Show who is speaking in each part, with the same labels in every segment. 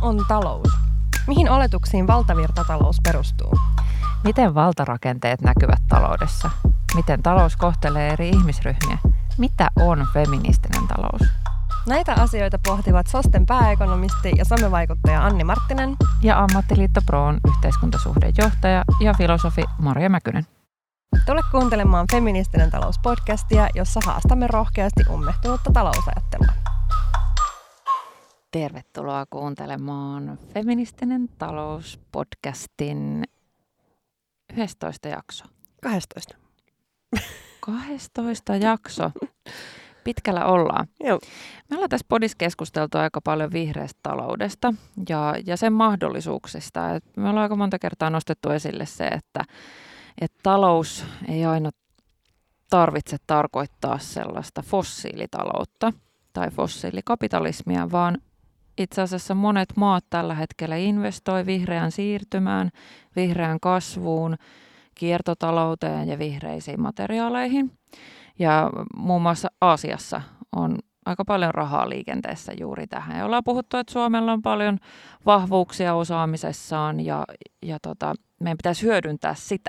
Speaker 1: on talous? Mihin oletuksiin valtavirtatalous perustuu?
Speaker 2: Miten valtarakenteet näkyvät taloudessa? Miten talous kohtelee eri ihmisryhmiä? Mitä on feministinen talous?
Speaker 1: Näitä asioita pohtivat SOSTEn pääekonomisti ja somevaikuttaja Anni Marttinen
Speaker 2: ja Ammattiliitto Proon yhteiskuntasuhdejohtaja ja filosofi Marja Mäkynen.
Speaker 1: Tule kuuntelemaan Feministinen talous-podcastia, jossa haastamme rohkeasti ummehtunutta talousajattelua.
Speaker 2: Tervetuloa kuuntelemaan Feministinen talous-podcastin 11 jakso.
Speaker 1: 12.
Speaker 2: 12 jakso. Pitkällä ollaan.
Speaker 1: Joo.
Speaker 2: Me ollaan tässä podissa keskusteltu aika paljon vihreästä taloudesta ja sen mahdollisuuksista. Me ollaan aika monta kertaa nostettu esille se, että talous ei aina tarvitse tarkoittaa sellaista fossiilitaloutta tai fossiilikapitalismia, vaan itse asiassa monet maat tällä hetkellä investoi vihreään siirtymään, vihreään kasvuun, kiertotalouteen ja vihreisiin materiaaleihin. Ja muun muassa Aasiassa on aika paljon rahaa liikenteessä juuri tähän. Ja ollaan puhuttu, että Suomella on paljon vahvuuksia osaamisessaan ja meidän pitäisi hyödyntää sitä.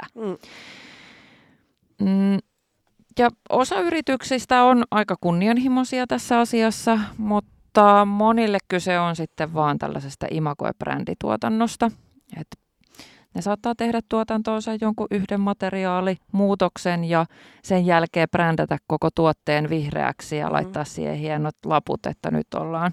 Speaker 2: Ja osa yrityksistä on aika kunnianhimoisia tässä asiassa, mutta monille kyse on sitten vaan tällaisesta imago- ja brändituotannosta. Että ne saattaa tehdä tuotantoonsa jonkun yhden materiaalimuutoksen ja sen jälkeen brändätä koko tuotteen vihreäksi ja laittaa siihen hienot laput, että nyt ollaan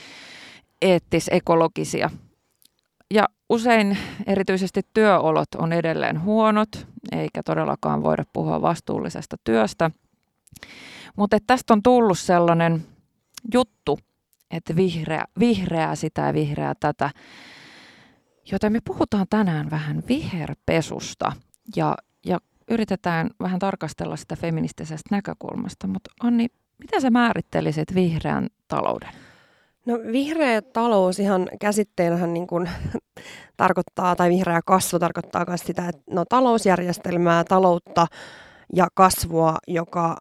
Speaker 2: eettis-ekologisia. Ja usein erityisesti työolot on edelleen huonot, eikä todellakaan voida puhua vastuullisesta työstä. Mutta tästä on tullut sellainen juttu, että vihreää sitä ja vihreää tätä. Joten me puhutaan tänään vähän viherpesusta ja yritetään vähän tarkastella sitä feministisestä näkökulmasta. Mutta Anni, mitä sä määrittelisit vihreän talouden?
Speaker 1: No vihreä talous ihan käsitteenähän niin kuin tarkoittaa, tai vihreä kasvu tarkoittaa myös sitä, että talousjärjestelmää, taloutta ja kasvua, joka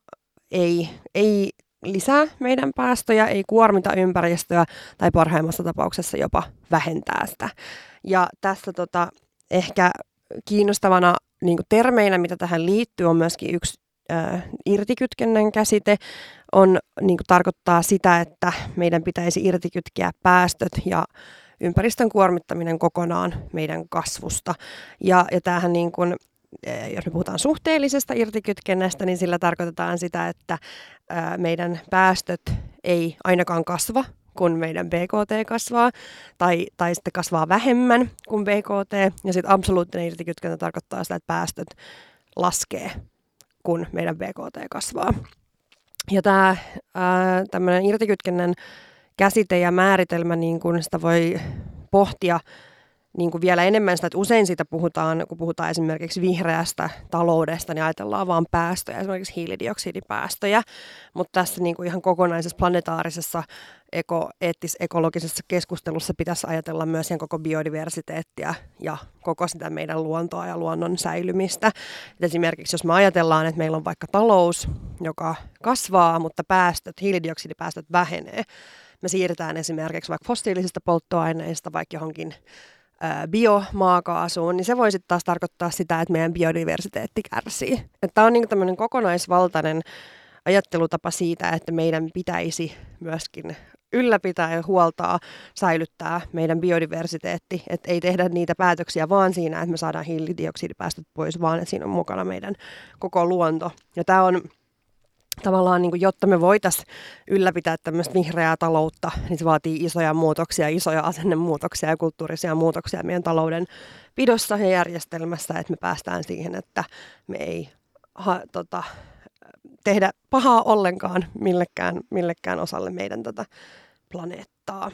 Speaker 1: ei lisää meidän päästöjä, ei kuormita ympäristöä tai parhaimmassa tapauksessa jopa vähentää sitä. Ja tässä ehkä kiinnostavana niin kuin termeinä, mitä tähän liittyy, on myöskin yksi irtikytkennän käsite. Niin kuin tarkoittaa sitä, että meidän pitäisi irtikytkeä päästöt ja ympäristön kuormittaminen kokonaan meidän kasvusta. Ja tämähän niin kuin, jos me puhutaan suhteellisesta irtikytkennästä, niin sillä tarkoitetaan sitä, että meidän päästöt ei ainakaan kasva, kun meidän BKT kasvaa, tai sitten kasvaa vähemmän kuin BKT. Ja sitten absoluuttinen irtikytkentä tarkoittaa sitä, että päästöt laskee, kun meidän BKT kasvaa. Ja tämä tämmöinen irtikytkennän käsite ja määritelmä, niin kun sitä voi pohtia niin kuin vielä enemmän sitä, että usein siitä puhutaan, kun puhutaan esimerkiksi vihreästä taloudesta, niin ajatellaan vaan päästöjä, esimerkiksi hiilidioksidipäästöjä, mutta tässä niin kuin ihan kokonaisessa planetaarisessa eettis-ekologisessa keskustelussa pitäisi ajatella myös ihan koko biodiversiteettiä ja koko sitä meidän luontoa ja luonnon säilymistä. Et esimerkiksi jos me ajatellaan, että meillä on vaikka talous, joka kasvaa, mutta hiilidioksidipäästöt vähenee, me siirretään esimerkiksi vaikka fossiilisista polttoaineista vaikka johonkin biomaakaasuun, niin se voi sitten taas tarkoittaa sitä, että meidän biodiversiteetti kärsii. Tämä on niin tämmöinen kokonaisvaltainen ajattelutapa siitä, että meidän pitäisi myöskin ylläpitää ja huoltaa, säilyttää meidän biodiversiteetti. Että ei tehdä niitä päätöksiä vaan siinä, että me saadaan hiilidioksidipäästöt pois, vaan että siinä on mukana meidän koko luonto. Ja tämä on tavallaan, niin kuin, jotta me voitaisiin ylläpitää tämmöistä vihreää taloutta, niin se vaatii isoja muutoksia, isoja asennemuutoksia ja kulttuurisia muutoksia meidän talouden pidossa ja järjestelmässä, että me päästään siihen, että me ei tehdä pahaa ollenkaan millekään osalle meidän tätä planeettaa.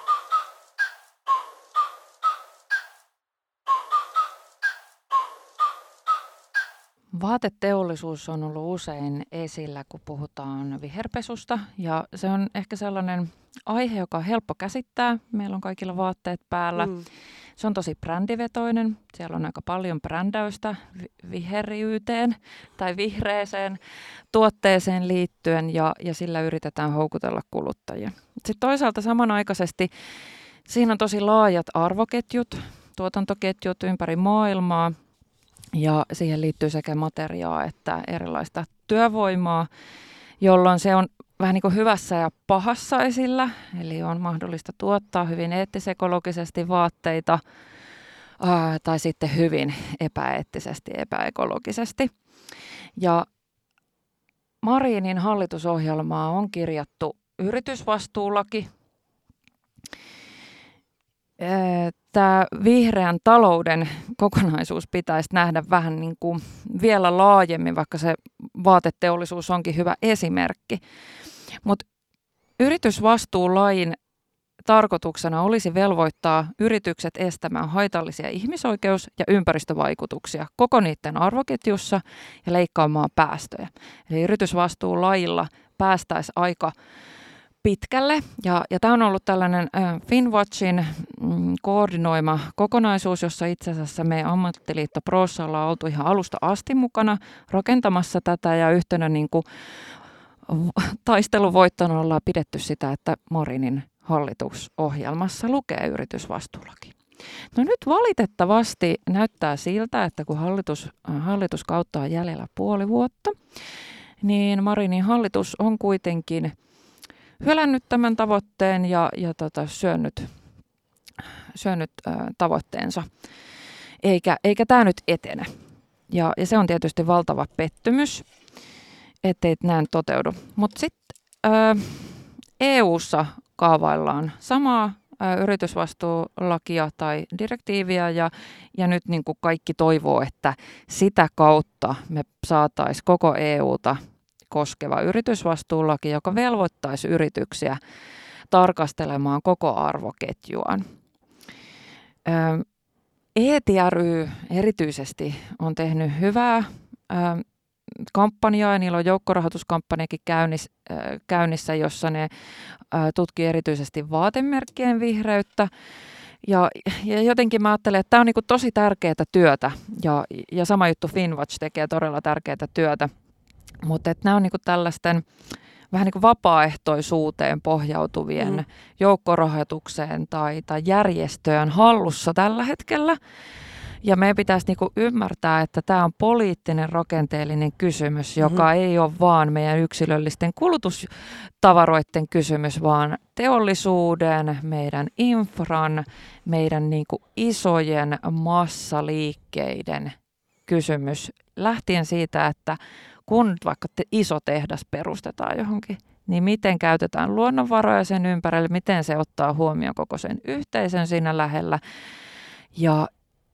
Speaker 2: Vaateteollisuus on ollut usein esillä, kun puhutaan viherpesusta, ja se on ehkä sellainen aihe, joka on helppo käsittää. Meillä on kaikilla vaatteet päällä. Se on tosi brändivetoinen. Siellä on aika paljon brändäystä viheriyteen tai vihreeseen tuotteeseen liittyen, ja sillä yritetään houkutella kuluttajia. Sitten toisaalta samanaikaisesti Siinä on tosi laajat arvoketjut, tuotantoketjut ympäri maailmaa ja siihen liittyy sekä materiaa että erilaista työvoimaa, jolloin se on vähän niin kuin hyvässä ja pahassa esillä. Eli on mahdollista tuottaa hyvin eettisekologisesti vaatteita tai sitten hyvin epäeettisesti, epäekologisesti. Ja Marinin hallitusohjelmaa on kirjattu yritysvastuulaki. Tämä vihreän talouden kokonaisuus pitäisi nähdä vähän niin kuin vielä laajemmin, vaikka se vaateteollisuus onkin hyvä esimerkki. Mutta yritysvastuulain tarkoituksena olisi velvoittaa yritykset estämään haitallisia ihmisoikeus- ja ympäristövaikutuksia koko niiden arvoketjussa ja leikkaamaan päästöjä. Eli yritysvastuulailla päästäisiin aika pitkälle. Ja tämä on ollut tällainen Finnwatchin koordinoima kokonaisuus, jossa itse asiassa me Ammattiliitto Prossa ollaan oltu ihan alusta asti mukana rakentamassa tätä ja yhtenä niin kuin taisteluvoittona ollaan pidetty sitä, että Marinin hallitusohjelmassa lukee yritysvastuulaki. No nyt valitettavasti näyttää siltä, että kun hallituskautta on jäljellä puoli vuotta, niin Marinin hallitus on kuitenkin hylännyt tämän tavoitteen ja syönyt tavoitteensa, eikä tämä nyt etene. Ja se on tietysti valtava pettymys, ettei näin toteudu. Mutta sitten EU:ssa kaavaillaan samaa yritysvastuulakia tai direktiiviä ja nyt niin kuin kaikki toivoo, että sitä kautta me saataisiin koko EUta koskeva yritysvastuulaki, joka velvoittaisi yrityksiä tarkastelemaan koko arvoketjuaan. EETI ry erityisesti on tehnyt hyvää kampanjaa ja niillä on joukkorahoituskampanjakin käynnissä, jossa ne tutkii erityisesti vaatemerkkien vihreyttä. Ja jotenkin mä ajattelen, että tämä on niin kuin tosi tärkeää työtä ja sama juttu Finnwatch tekee todella tärkeää työtä. Mutta nämä on niinku tällaisten vähän niinku vapaaehtoisuuteen pohjautuvien joukkorahoitukseen tai järjestöjen hallussa tällä hetkellä. Ja meidän pitäisi niinku ymmärtää, että tämä on poliittinen rakenteellinen kysymys, joka ei ole vaan meidän yksilöllisten kulutustavaroiden kysymys, vaan teollisuuden, meidän infran, meidän niinku isojen massaliikkeiden kysymys. Lähtien siitä, että kun vaikka iso tehdas perustetaan johonkin, niin miten käytetään luonnonvaroja sen ympärille, miten se ottaa huomioon koko sen yhteisön siinä lähellä. Ja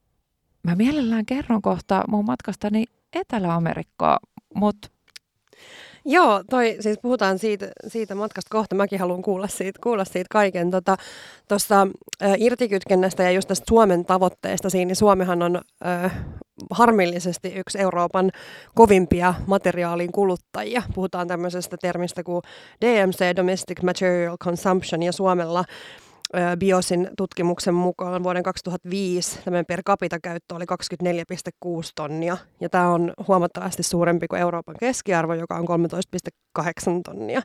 Speaker 2: mä mielellään kerron kohta mun matkastani Etelä-Amerikkaan, mutta
Speaker 1: Joo, siis puhutaan siitä matkasta kohta. Mäkin haluan kuulla siitä kaiken. Tuosta irtikytkennästä ja just tästä Suomen tavoitteesta siinä, niin Suomihan on harmillisesti yksi Euroopan kovimpia materiaalin kuluttajia. Puhutaan tämmöisestä termistä kuin DMC, Domestic Material Consumption, ja Suomella BIOSin tutkimuksen mukaan vuoden 2005 tämän per capita käyttö oli 24,6 tonnia, ja tämä on huomattavasti suurempi kuin Euroopan keskiarvo, joka on 13,8 tonnia.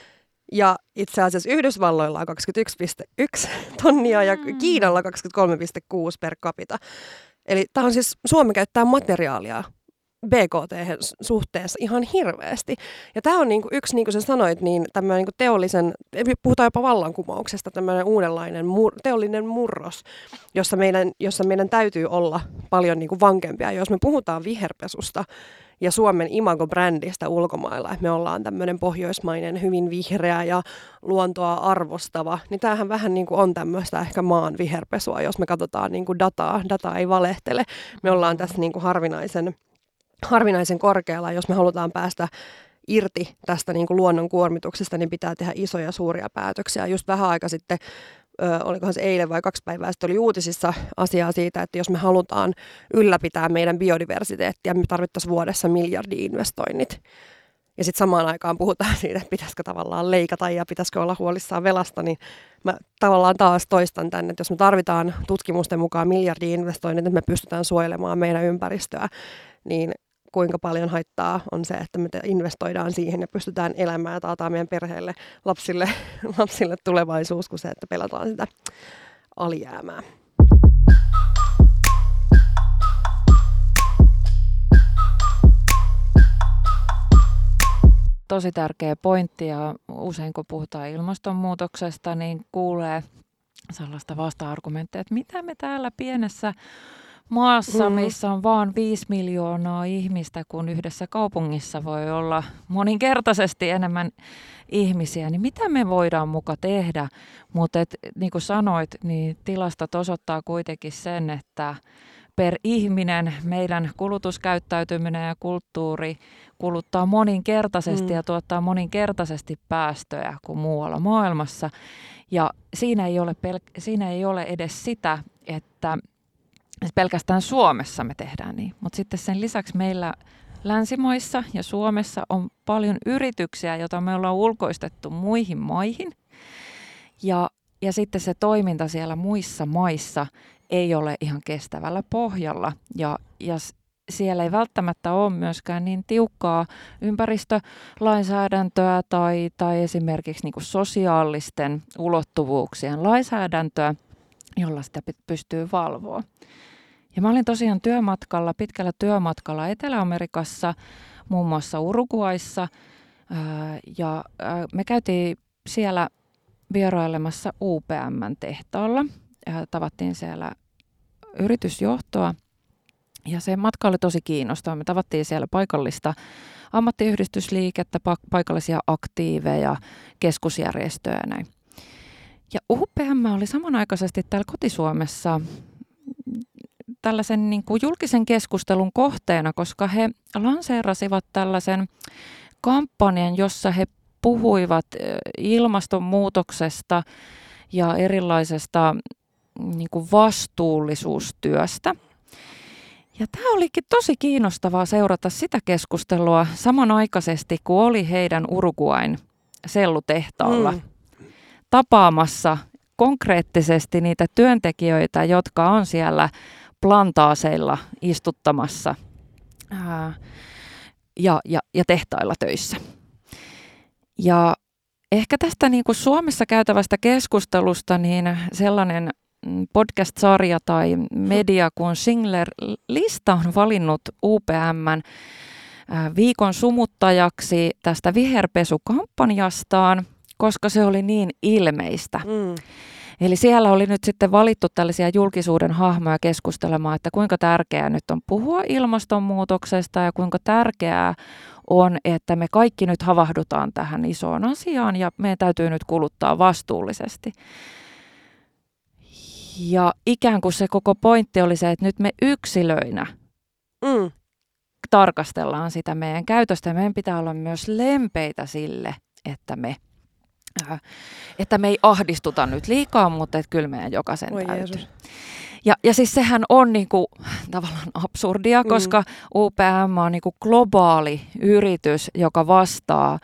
Speaker 1: Ja itse asiassa Yhdysvalloilla on 21,1 tonnia ja Kiinalla 23,6 per capita. Eli tämä on siis, Suomi käyttää materiaalia BKT-suhteessa ihan hirveästi. Ja tämä on niinku yksi, niin kuin sä sanoit, niin tämmöinen niinku teollisen, puhutaan jopa vallankumouksesta, tämmöinen uudenlainen teollinen murros, jossa meidän täytyy olla paljon niinku vankempia. Jos me puhutaan viherpesusta ja Suomen imago-brändistä ulkomailla, että me ollaan tämmöinen pohjoismainen, hyvin vihreä ja luontoa arvostava, niin tämähän vähän niin kuin on tämmöistä ehkä maan viherpesua, jos me katsotaan niin kuin dataa. Data ei valehtele. Me ollaan tässä niin kuin harvinaisen korkealla. Jos me halutaan päästä irti tästä niin kuin luonnon kuormituksesta, niin pitää tehdä isoja suuria päätöksiä. Just vähän aika sitten, olikohan se eilen vai 2 päivää sitten, oli uutisissa asiaa siitä, että jos me halutaan ylläpitää meidän biodiversiteettiä, me tarvittaisiin vuodessa miljardi-investoinnit. Ja sitten samaan aikaan puhutaan siitä, että pitäisikö tavallaan leikata ja pitäisikö olla huolissaan velasta, niin mä tavallaan taas toistan tänne, että jos me tarvitaan tutkimusten mukaan miljardi-investoinnit, että me pystytään suojelemaan meidän ympäristöä, niin kuinka paljon haittaa on se, että me investoidaan siihen ja pystytään elämään ja taataan meidän perheelle, lapsille tulevaisuus, kuin se, että pelataan sitä alijäämää.
Speaker 2: Tosi tärkeä pointti, ja usein kun puhutaan ilmastonmuutoksesta, niin kuulee sellaista vasta-argumenttia, että mitä me täällä pienessä maassa, missä on vaan 5 miljoonaa ihmistä, kun yhdessä kaupungissa voi olla moninkertaisesti enemmän ihmisiä, niin mitä me voidaan muka tehdä? Mutta niin kuin sanoit, niin tilastot osoittaa kuitenkin sen, että per ihminen meidän kulutuskäyttäytyminen ja kulttuuri kuluttaa moninkertaisesti ja tuottaa moninkertaisesti päästöjä kuin muualla maailmassa. Ja siinä ei ole edes sitä, että pelkästään Suomessa me tehdään niin. Mutta sitten sen lisäksi meillä länsimaissa ja Suomessa on paljon yrityksiä, joita me ollaan ulkoistettu muihin maihin. Ja sitten se toiminta siellä muissa maissa ei ole ihan kestävällä pohjalla. Ja siellä ei välttämättä ole myöskään niin tiukkaa ympäristölainsäädäntöä tai esimerkiksi niin kuin sosiaalisten ulottuvuuksien lainsäädäntöä, jolla sitä pystyy valvoa. Ja mä olin tosiaan pitkällä työmatkalla Etelä-Amerikassa, muun muassa Uruguayssa, ja me käytiin siellä vierailemassa UPM:n tehtaalla. Tavattiin siellä yritysjohtoa, ja se matka oli tosi kiinnostava. Me tavattiin siellä paikallista ammattiyhdistysliikettä, paikallisia aktiiveja, keskusjärjestöjä ja näin. Ja UPM oli samanaikaisesti täällä kotisuomessa tällaisen niin kuin julkisen keskustelun kohteena, koska he lanseerasivat tällaisen kampanjan, jossa he puhuivat ilmastonmuutoksesta ja erilaisesta niin kuin vastuullisuustyöstä. Ja tämä olikin tosi kiinnostavaa seurata sitä keskustelua samanaikaisesti, kun oli heidän Uruguayn sellutehtaalla tapaamassa konkreettisesti niitä työntekijöitä, jotka on siellä plantaaseilla istuttamassa ja tehtailla töissä. Ja ehkä tästä niin kuin Suomessa käytävästä keskustelusta niin sellainen podcast-sarja tai media kuin Schindler-lista on valinnut UPM:n viikon sumuttajaksi tästä viherpesukampanjastaan, koska se oli niin ilmeistä. Eli siellä oli nyt sitten valittu tällaisia julkisuuden hahmoja keskustelemaan, että kuinka tärkeää nyt on puhua ilmastonmuutoksesta ja kuinka tärkeää on, että me kaikki nyt havahdutaan tähän isoon asiaan ja meidän täytyy nyt kuluttaa vastuullisesti. Ja ikään kuin se koko pointti oli se, että nyt me yksilöinä tarkastellaan sitä meidän käytöstä ja meidän pitää olla myös lempeitä sille, että me ei ahdistuta nyt liikaa, mutta että kyllä meidän jokaisen täytyy. Ja siis sehän on niinku tavallaan absurdia, koska UPM on niinku globaali yritys, joka vastaa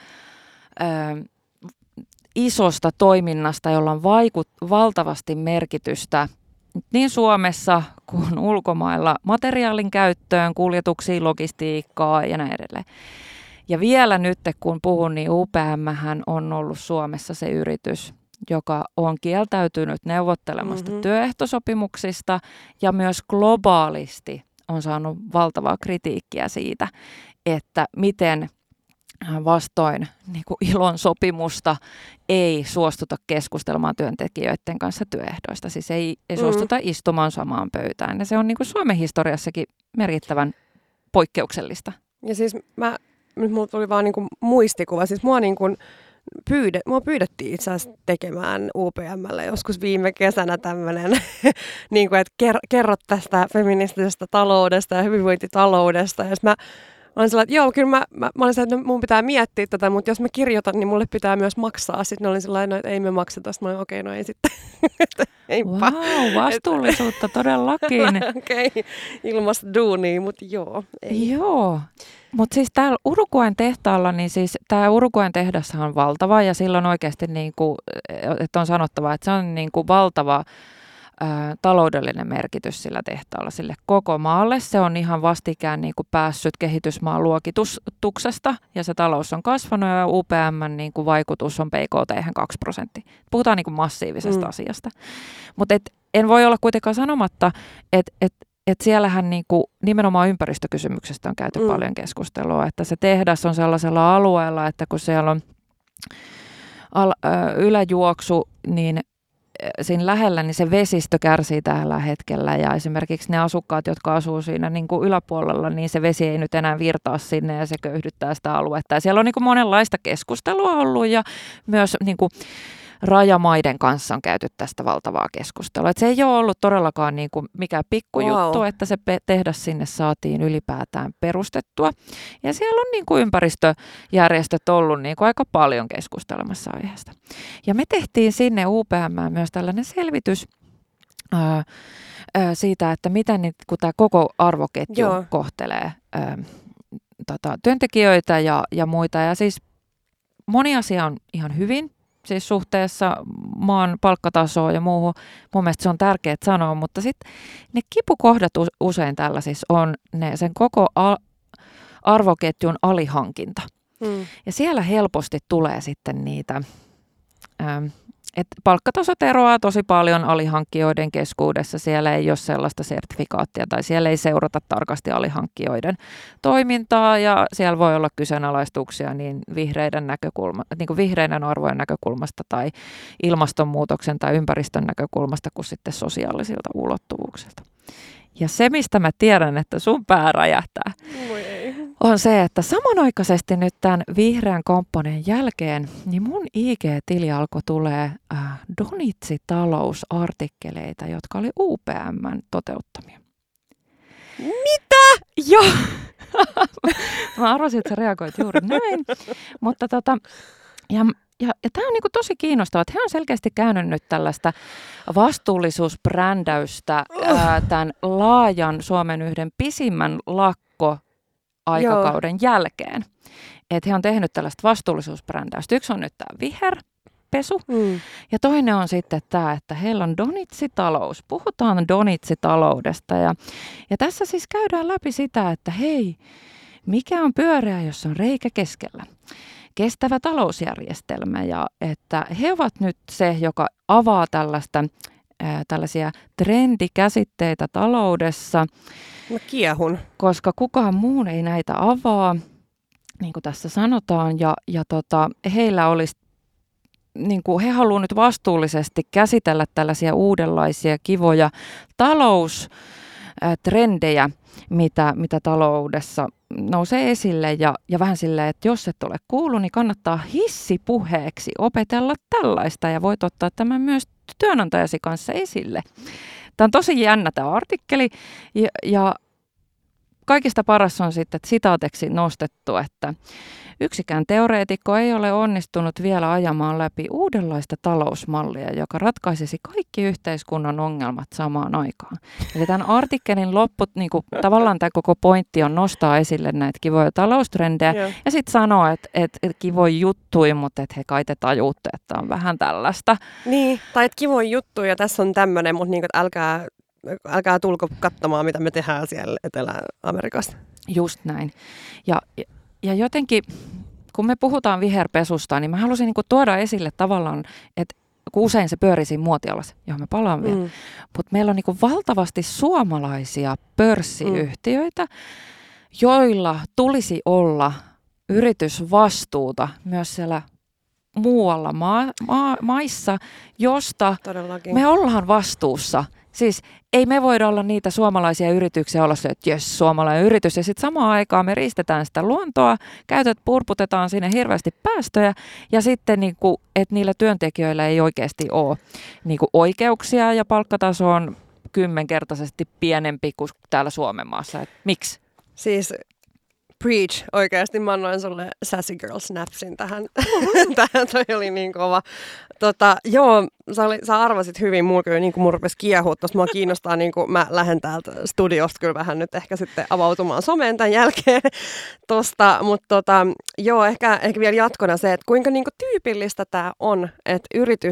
Speaker 2: isosta toiminnasta, jolla on valtavasti merkitystä niin Suomessa kuin ulkomailla materiaalin käyttöön, kuljetuksiin, logistiikkaa ja näin edelleen. Ja vielä nyt, kun puhun, niin UPM:hän on ollut Suomessa se yritys, joka on kieltäytynyt neuvottelemasta työehtosopimuksista ja myös globaalisti on saanut valtavaa kritiikkiä siitä, että miten vastoin niin kuin ILOn sopimusta ei suostuta keskustelemaan työntekijöiden kanssa työehdoista. Siis ei suostuta istumaan samaan pöytään. Ja se on niin kuin Suomen historiassakin merkittävän poikkeuksellista.
Speaker 1: Ja siis nyt mulla tuli vaan niin kuin muistikuva. Siis mua pyydettiin itse asiassa tekemään UPM:lle joskus viime kesänä tämmöinen, niin kuin, että kerrot tästä feministisestä taloudesta ja hyvinvointitaloudesta. Ja mä olin sellainen, että joo, kyllä mä olin sellainen, että mun pitää miettiä tätä, mutta jos mä kirjoitan, niin mulle pitää myös maksaa. Sitten ne oli sellainen, että ei me makseta. Sitten mä olin, okei, no ei sitten.
Speaker 2: Wow, vastuullisuutta todellakin.
Speaker 1: Okei, ilmasta duunia, mutta joo. Ei.
Speaker 2: Joo, mutta siis täällä Uruguayn tehtaalla, niin siis tämä Uruguayn tehdas on valtava ja silloin oikeasti, niin kuin, että on sanottava, että se on niin kuin valtava taloudellinen merkitys sillä tehtaalla sille koko maalle. Se on ihan vastikään niin kuin päässyt kehitysmaan luokituksesta ja se talous on kasvanut ja UPM:n niin kuin vaikutus on PKT 2%. Puhutaan niin kuin massiivisesta asiasta. Mutta en voi olla kuitenkaan sanomatta, että siellähän niin kuin nimenomaan ympäristökysymyksestä on käyty paljon keskustelua, että se tehdas on sellaisella alueella, että kun siellä on yläjuoksu, niin siinä lähellä niin se vesistö kärsii tällä hetkellä ja esimerkiksi ne asukkaat, jotka asuu siinä niin kuin yläpuolella, niin se vesi ei nyt enää virtaa sinne ja se köyhdyttää sitä aluetta. Ja siellä on niin kuin monenlaista keskustelua ollut ja myös niin kuin rajamaiden kanssa on käyty tästä valtavaa keskustelua. Et se ei ole ollut todellakaan niin kuin mikään pikkujuttu, että se tehdas sinne saatiin ylipäätään perustettua. Ja siellä on niin kuin ympäristöjärjestöt ollut niin kuin aika paljon keskustelemassa aiheesta. Ja me tehtiin sinne UPM:ään myös tällainen selvitys siitä, että miten kun tämä koko arvoketju kohtelee työntekijöitä ja muita. Ja siis moni asia on ihan hyvin. Siis suhteessa maan palkkatasoon ja muuhun. Mun mielestä se on tärkeää sanoa, mutta sitten ne kipukohdat usein tällä siis on sen koko arvoketjun alihankinta. Ja siellä helposti tulee sitten niitä, että palkkatasot eroaa tosi paljon alihankkijoiden keskuudessa. Siellä ei ole sellaista sertifikaattia tai siellä ei seurata tarkasti alihankkijoiden toimintaa ja siellä voi olla kyseenalaistuksia niin vihreiden arvojen näkökulmasta tai ilmastonmuutoksen tai ympäristön näkökulmasta kuin sitten sosiaalisilta ulottuvuuksilta. Ja se, mistä mä tiedän, että sun pää räjähtää, on se, että samanaikaisesti nyt tämän vihreän komponeen jälkeen, niin mun IG-tili alkoi tulee Donitsi-talousartikkeleita, jotka oli UPM:n toteuttamia.
Speaker 1: Mitä?
Speaker 2: Joo. Mä arvasin, että sä reagoit juuri näin. Mutta ja tämä on niinku tosi kiinnostavaa, että he on selkeästi käynyt nyt tällaista vastuullisuusbrändäystä tämän laajan Suomen yhden pisimmän lakkoaikakauden jälkeen. Että he on tehnyt tällaista vastuullisuusbrändäystä. Yksi on nyt tämä viherpesu ja toinen on sitten tämä, että heillä on Donitsi-talous. Puhutaan Donitsi-taloudesta ja tässä siis käydään läpi sitä, että hei, mikä on pyöreä, jos on reikä keskellä? Kestävä talousjärjestelmä ja että he ovat nyt se, joka avaa tällaisia trendikäsitteitä taloudessa.
Speaker 1: Mä kiehun.
Speaker 2: Koska kukaan muun ei näitä avaa, niin kuin tässä sanotaan. Ja heillä olisi, niin kuin he haluavat nyt vastuullisesti käsitellä tällaisia uudenlaisia kivoja taloustrendejä, mitä taloudessa nousee esille ja vähän silleen, että jos et ole kuullut, niin kannattaa hissipuheeksi opetella tällaista ja voit ottaa tämän myös työnantajasi kanssa esille. Tämä on tosi jännä tämä artikkeli ja kaikista paras on sitten sitaateksi nostettu, että yksikään teoreetikko ei ole onnistunut vielä ajamaan läpi uudenlaista talousmallia, joka ratkaisisi kaikki yhteiskunnan ongelmat samaan aikaan. Eli tämän artikkelin lopput, niin kuin, tavallaan tämä koko pointti on nostaa esille näitä kivoja taloustrendejä ja sitten sanoa, että kivoja juttuja, mutta että he kai te tajuutte, että on vähän tällaista.
Speaker 1: Niin, tai että kivoja juttuja, tässä on tämmöinen, mutta niin, että älkää tulko katsomaan, mitä me tehdään siellä Etelä-Amerikassa.
Speaker 2: Just näin. Ja jotenkin, kun me puhutaan viherpesusta, niin mä halusin niin kuin tuoda esille tavallaan, että kun usein se pyörii siinä muotialassa, johon me palaan vielä, mutta meillä on niin kuin valtavasti suomalaisia pörssiyhtiöitä, joilla tulisi olla yritysvastuuta myös siellä muualla maissa, josta todellakin me ollaan vastuussa. Siis ei me voida olla niitä suomalaisia yrityksiä olla se, että jes, suomalainen yritys. Ja sitten samaan aikaan me riistetään sitä luontoa, purputetaan sinne hirveästi päästöjä. Ja sitten, niinku, että niillä työntekijöillä ei oikeasti ole niinku, oikeuksia ja palkkataso on 10-kertaisesti pienempi kuin täällä Suomen maassa. Et miksi?
Speaker 1: Siis preach, oikeasti mä annoin sulle Sassy Girl Snapsin tähän. Tähän toi oli niin kova. Joo, sä arvasit hyvin, mulla kyllä niin mun rupesi kiehua. Tuosta mua kiinnostaa, niin kuin mä lähden täältä studiosta kyllä vähän nyt ehkä sitten avautumaan someen tämän jälkeen tosta. Mutta joo, ehkä vielä jatkona se, että kuinka niin kuin tyypillistä tämä on, että yritys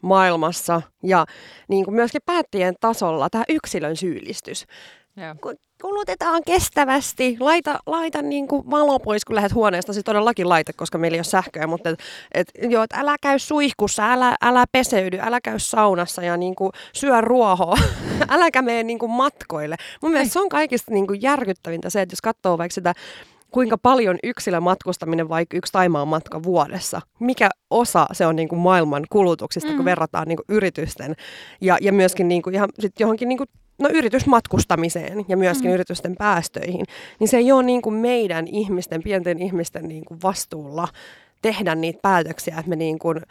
Speaker 1: maailmassa ja niin kuin myöskin päättäjien tasolla tämä yksilön syyllistys. Kulutetaan kestävästi, laita niin kuin valo pois, kun lähdet huoneesta. Siis todellakin laita, koska meillä ei ole sähköä, mutta et älä käy suihkussa, älä peseydy, älä käy saunassa ja niin kuin syö ruohoa, äläkä mene niin kuin matkoille. Mun mielestä se on kaikista niin kuin järkyttävintä se, että jos katsoo vaikka sitä, kuinka paljon yksilön matkustaminen vaikka yksi Thaimaan matka vuodessa, mikä osa se on niin kuin maailman kulutuksista, kun verrataan niin kuin yritysten ja myöskin niin kuin ihan sit johonkin niin kuin yritysmatkustamiseen ja myöskin yritysten päästöihin, niin se ei ole niin kuin meidän ihmisten, pienten ihmisten niin kuin vastuulla tehdä niitä päätöksiä, että me niin kuin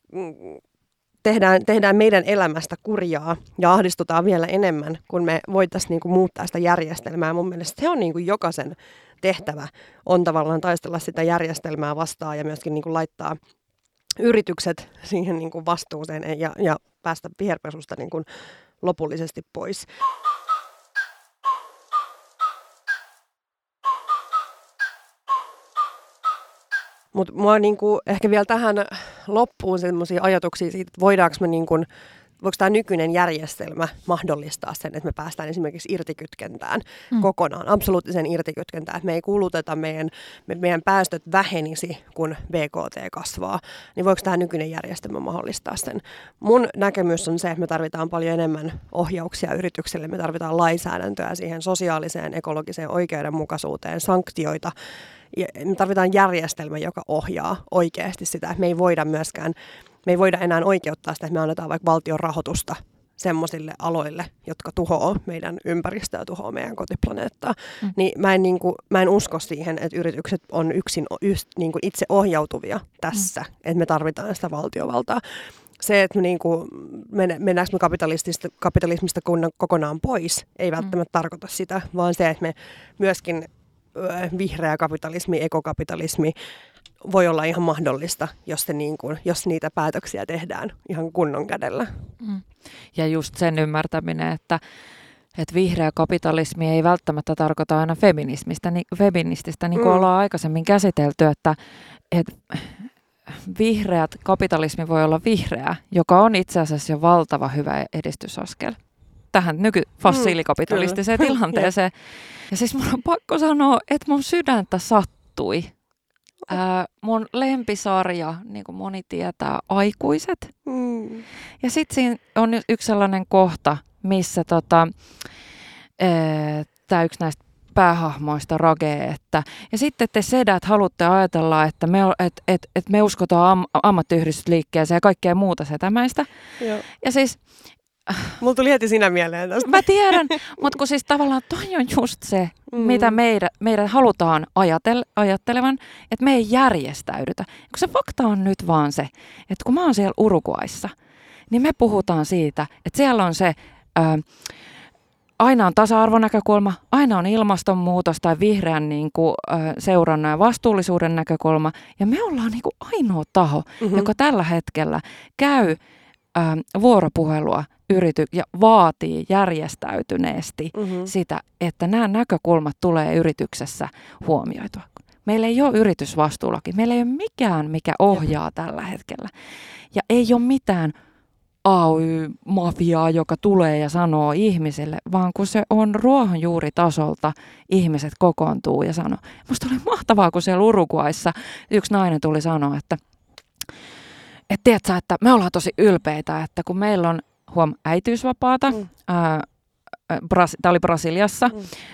Speaker 1: tehdään meidän elämästä kurjaa ja ahdistutaan vielä enemmän, kun me voitaisiin niin kuin muuttaa sitä järjestelmää. Mun mielestä se on niin kuin jokaisen tehtävä on tavallaan taistella sitä järjestelmää vastaan ja myöskin niin kuin laittaa yritykset siihen niin kuin vastuuseen ja päästä viherpesusta niin kuin lopullisesti pois. Mutta mua niinku ehkä vielä tähän loppuun sellaisia ajatuksia siitä, että voiko tämä nykyinen järjestelmä mahdollistaa sen, että me päästään esimerkiksi irtikytkentään kokonaan, absoluuttisen irtikytkentään, että me ei kuluteta, meidän päästöt vähenisi, kun BKT kasvaa, niin voiko tämä nykyinen järjestelmä mahdollistaa sen? Mun näkemys on se, että me tarvitaan paljon enemmän ohjauksia yrityksille, me tarvitaan lainsäädäntöä siihen sosiaaliseen, ekologiseen oikeudenmukaisuuteen, sanktioita. Ja me tarvitaan järjestelmä, joka ohjaa oikeasti sitä, että me ei voida enää oikeuttaa sitä, että me annetaan vaikka valtion rahoitusta semmoisille aloille, jotka tuhoaa meidän ympäristöä ja tuhoaa meidän kotiplaneettaa. Niin mä en usko siihen, että yritykset on yksin itse ohjautuvia tässä, että me tarvitaan sitä valtiovaltaa. Se, että mennäänkö me kapitalismista kokonaan pois, ei välttämättä tarkoita sitä, vaan se, että me myöskin vihreä kapitalismi, ekokapitalismi voi olla ihan mahdollista, jos niitä päätöksiä tehdään ihan kunnon kädellä.
Speaker 2: Ja just sen ymmärtäminen, että vihreä kapitalismi ei välttämättä tarkoita aina feminististä, niin kuin ollaan aikaisemmin käsitelty, että vihreät kapitalismi voi olla vihreä, joka on itse asiassa jo valtava hyvä edistysaskel tähän nykyfossiilikapitalistiseen tilanteeseen. Ja siis mun on pakko sanoa, että mun sydäntä sattui. Mun lempisarja, niin kuin moni tietää, Aikuiset. Ja sitten siinä on yksi sellainen kohta, missä tämä yksi näistä päähahmoista Rage, ja sitten te sedät haluatte ajatella, että me uskotaan ammattiyhdistysliikkeeseen ja kaikkea muuta setämäistä. Joo. Ja siis
Speaker 1: mulla tuli heti sinä mieleen tästä.
Speaker 2: Mä tiedän, mutta kun siis tavallaan toi on just se, mitä meidän halutaan ajattelevan, että me ei järjestäydytä. Kun se fakta on nyt vaan se, että kun mä oon siellä Uruguayssa, niin me puhutaan siitä, että siellä on se, aina on tasa-arvonäkökulma, aina on ilmastonmuutos tai vihreän seurannan ja vastuullisuuden näkökulma. Ja me ollaan ainoa taho, joka tällä hetkellä käy vuoropuhelua ja vaatii järjestäytyneesti sitä, että nämä näkökulmat tulee yrityksessä huomioitua. Meillä ei ole yritysvastuulaki, meillä ei ole mikään, mikä ohjaa tällä hetkellä. Ja ei ole mitään AY-mafiaa, joka tulee ja sanoo ihmisille, vaan kun se on ruohonjuuritasolta, ihmiset kokoontuu ja sanoo. Musta oli mahtavaa, kun siellä Uruguayssa yksi nainen tuli sanoa, että tiedätkö, että me ollaan tosi ylpeitä, että kun meillä on äitiysvapaata, tämä oli Brasiliassa,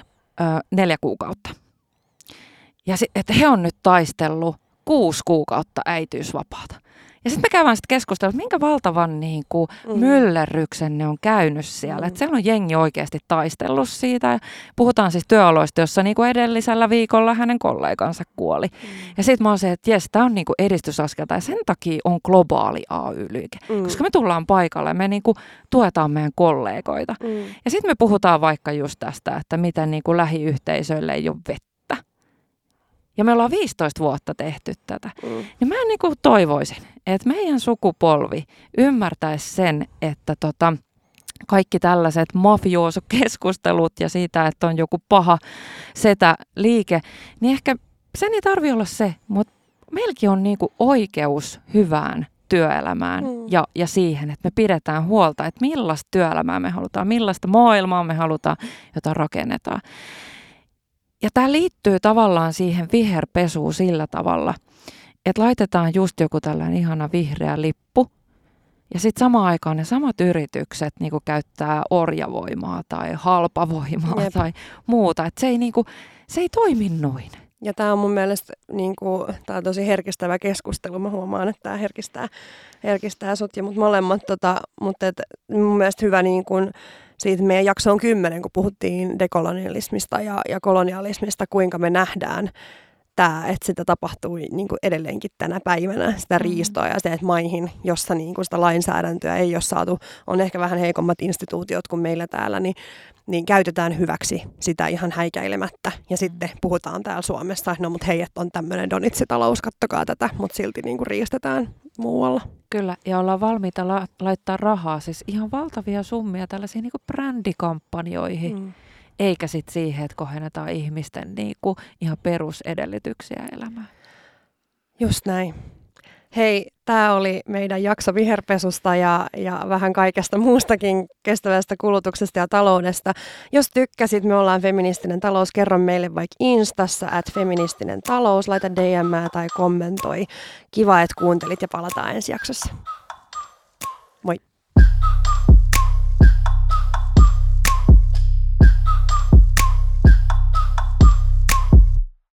Speaker 2: 4 kuukautta. Ja että he on nyt taistellut 6 kuukautta äitiysvapaata. Ja sitten me käydään sitten keskustelua, minkä valtavan myllerryksen ne on käynyt siellä. Että siellä on jengi oikeasti taistellut siitä. Ja puhutaan siis työoloista, jossa edellisellä viikolla hänen kollegansa kuoli. Ja sitten mä oon se, että jes, tämä on edistysaskelta. Ja sen takia on globaali AY-liike. Koska me tullaan paikalle ja me tuetaan meidän kollegoita. Ja sitten me puhutaan vaikka just tästä, että miten lähiyhteisöille ei ole vettä. Ja me ollaan 15 vuotta tehty tätä. Niin mä toivoisin, että meidän sukupolvi ymmärtäisi sen, että kaikki tällaiset mafioosokeskustelut ja siitä, että on joku paha liike, niin ehkä sen ei tarvitse olla se, mutta meilläkin on oikeus hyvään työelämään ja siihen, että me pidetään huolta, että millaista työelämää me halutaan, millaista maailmaa me halutaan, jota rakennetaan. Ja tämä liittyy tavallaan siihen viherpesuun sillä tavalla, että laitetaan just joku tällainen ihana vihreä lippu, ja sitten samaan aikaan ne samat yritykset niinku käyttää orjavoimaa tai halpavoimaa tai muuta. Että se ei toimi noin.
Speaker 1: Ja tämä on mun mielestä tää on tosi herkistävä keskustelu. Mä huomaan, että tämä herkistää sut ja mut molemmat. Mutta mun mielestä hyvä siitä meidän jaksoon 10, kun puhuttiin dekolonialismista ja kolonialismista, kuinka me nähdään että sitä tapahtuu edelleenkin tänä päivänä, sitä riistoa ja se, että maihin, jossa sitä lainsäädäntöä ei ole saatu, on ehkä vähän heikommat instituutiot kuin meillä täällä, niin käytetään hyväksi sitä ihan häikäilemättä. Ja sitten puhutaan täällä Suomessa, no mutta hei, että on tämmöinen Donitsi-talous, kattokaa tätä, mutta silti riistetään muualla.
Speaker 2: Kyllä, ja ollaan valmiita laittaa rahaa, siis ihan valtavia summia tällaisiin brändikampanjoihin. Eikä sitten siihen, että kohennetaan ihmisten ihan perusedellytyksiä elämään.
Speaker 1: Just näin. Hei, tämä oli meidän jakso viherpesusta ja vähän kaikesta muustakin kestävästä kulutuksesta ja taloudesta. Jos tykkäsit, me ollaan Feministinen talous. Kerro meille vaikka Instassa @feministinentalous. Laita DM:ää tai kommentoi. Kiva, että kuuntelit ja palataan ensi jaksossa. Moi!